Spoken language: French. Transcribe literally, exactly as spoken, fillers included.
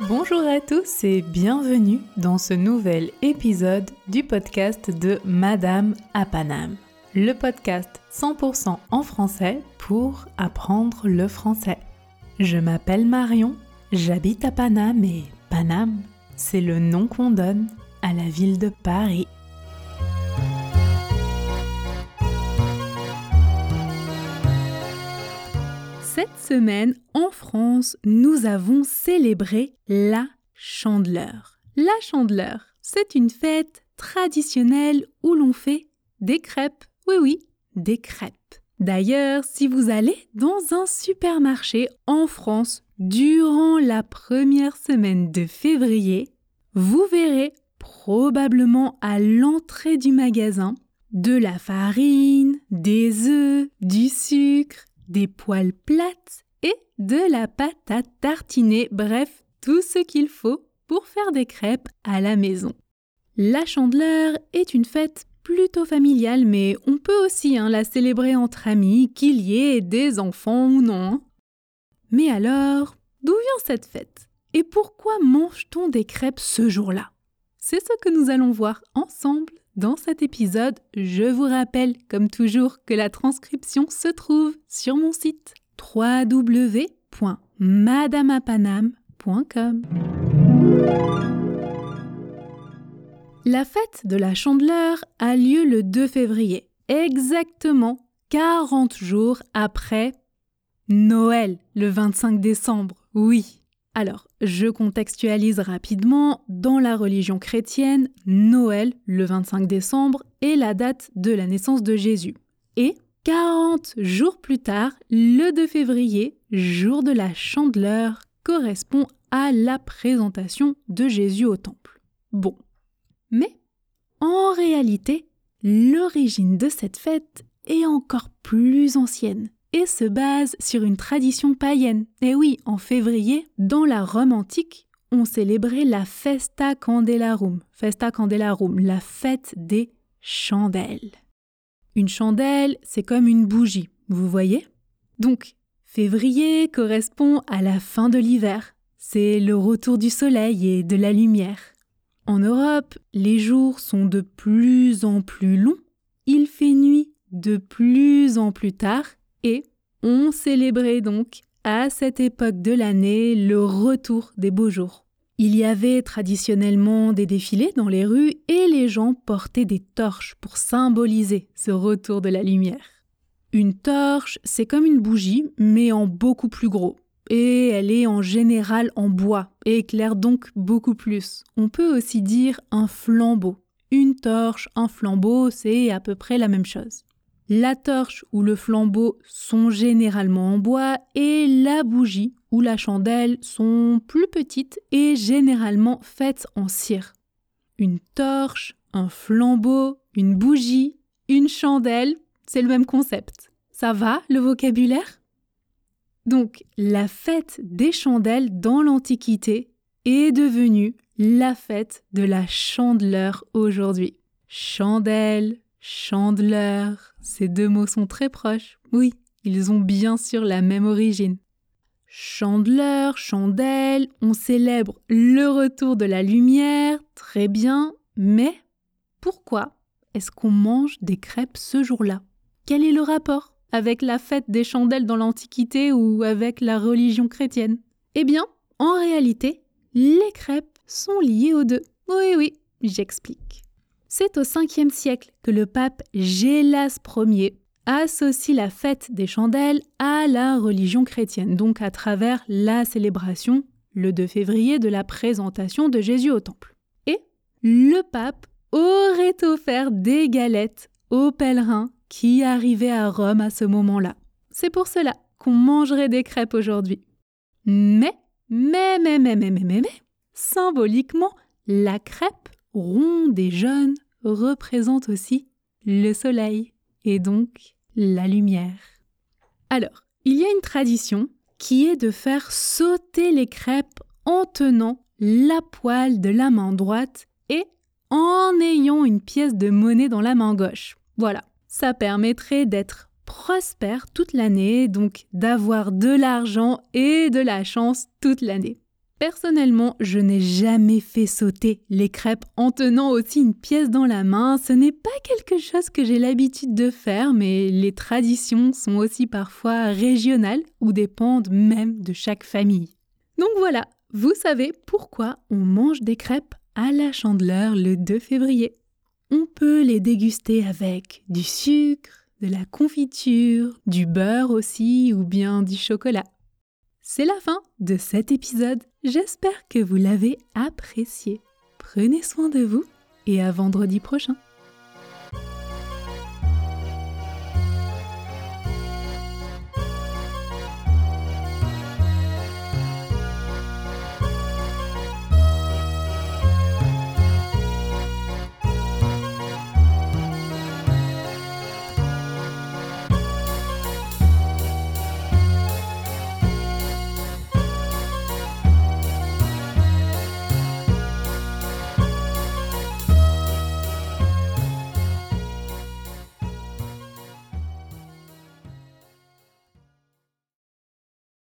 Bonjour à tous et bienvenue dans ce nouvel épisode du podcast de Madame à Paname. Le podcast cent pour cent en français pour apprendre le français. Je m'appelle Marion, j'habite à Paname et Paname, c'est le nom qu'on donne à la ville de Paris. Cette semaine, en France, nous avons célébré la Chandeleur. La Chandeleur, c'est une fête traditionnelle où l'on fait des crêpes. Oui, oui, des crêpes. D'ailleurs, si vous allez dans un supermarché en France durant la première semaine de février, vous verrez probablement à l'entrée du magasin de la farine, des œufs, du sucre, des poêles plates et de la pâte à tartiner, bref, tout ce qu'il faut pour faire des crêpes à la maison. La Chandeleur est une fête plutôt familiale, mais on peut aussi hein, la célébrer entre amis, qu'il y ait des enfants ou non. Mais alors, d'où vient cette fête? Et pourquoi mange-t-on des crêpes ce jour-là? C'est ce que nous allons voir ensemble dans cet épisode. Je vous rappelle, comme toujours, que la transcription se trouve sur mon site w w w point madame à paname point com. La fête de la Chandeleur a lieu le deux février, exactement quarante jours après Noël, le vingt-cinq décembre, oui. Alors, je contextualise rapidement. Dans la religion chrétienne, Noël, le vingt-cinq décembre, est la date de la naissance de Jésus. Et quarante jours plus tard, le deux février, jour de la Chandeleur, correspond à la présentation de Jésus au temple. Bon. Mais, en réalité, l'origine de cette fête est encore plus ancienne et se base sur une tradition païenne. Et oui, en février, dans la Rome antique, on célébrait la Festa Candelarum. Festa Candelarum, la fête des chandelles. Une chandelle, c'est comme une bougie, vous voyez? Donc, février correspond à la fin de l'hiver. C'est le retour du soleil et de la lumière. En Europe, les jours sont de plus en plus longs, il fait nuit de plus en plus tard et on célébrait donc à cette époque de l'année le retour des beaux jours. Il y avait traditionnellement des défilés dans les rues et les gens portaient des torches pour symboliser ce retour de la lumière. Une torche, c'est comme une bougie mais en beaucoup plus gros. Et elle est en général en bois et éclaire donc beaucoup plus. On peut aussi dire un flambeau. Une torche, un flambeau, c'est à peu près la même chose. La torche ou le flambeau sont généralement en bois et la bougie ou la chandelle sont plus petites et généralement faites en cire. Une torche, un flambeau, une bougie, une chandelle, c'est le même concept. Ça va, le vocabulaire ? Donc, la fête des chandelles dans l'Antiquité est devenue la fête de la Chandeleur aujourd'hui. Chandelle, Chandeleur, ces deux mots sont très proches. Oui, ils ont bien sûr la même origine. Chandeleur, chandelle, on célèbre le retour de la lumière, très bien, mais pourquoi est-ce qu'on mange des crêpes ce jour-là? Quel est le rapport avec la fête des chandelles dans l'Antiquité ou avec la religion chrétienne? Eh bien, en réalité, les crêpes sont liées aux deux. Oui, oui, j'explique. C'est au cinquième siècle que le pape Gélas Ier associe la fête des chandelles à la religion chrétienne, donc à travers la célébration, le deux février, de la présentation de Jésus au temple. Et le pape aurait offert des galettes aux pèlerins qui arrivait à Rome à ce moment-là. C'est pour cela qu'on mangerait des crêpes aujourd'hui. Mais, mais, mais, mais, mais, mais, mais, mais, symboliquement, la crêpe ronde et jaune représente aussi le soleil et donc la lumière. Alors, il y a une tradition qui est de faire sauter les crêpes en tenant la poêle de la main droite et en ayant une pièce de monnaie dans la main gauche. Voilà. Ça permettrait d'être prospère toute l'année, donc d'avoir de l'argent et de la chance toute l'année. Personnellement, je n'ai jamais fait sauter les crêpes en tenant aussi une pièce dans la main. Ce n'est pas quelque chose que j'ai l'habitude de faire, mais les traditions sont aussi parfois régionales ou dépendent même de chaque famille. Donc voilà, vous savez pourquoi on mange des crêpes à la Chandeleur le deux février. On peut les déguster avec du sucre, de la confiture, du beurre aussi ou bien du chocolat. C'est la fin de cet épisode. J'espère que vous l'avez apprécié. Prenez soin de vous et à vendredi prochain.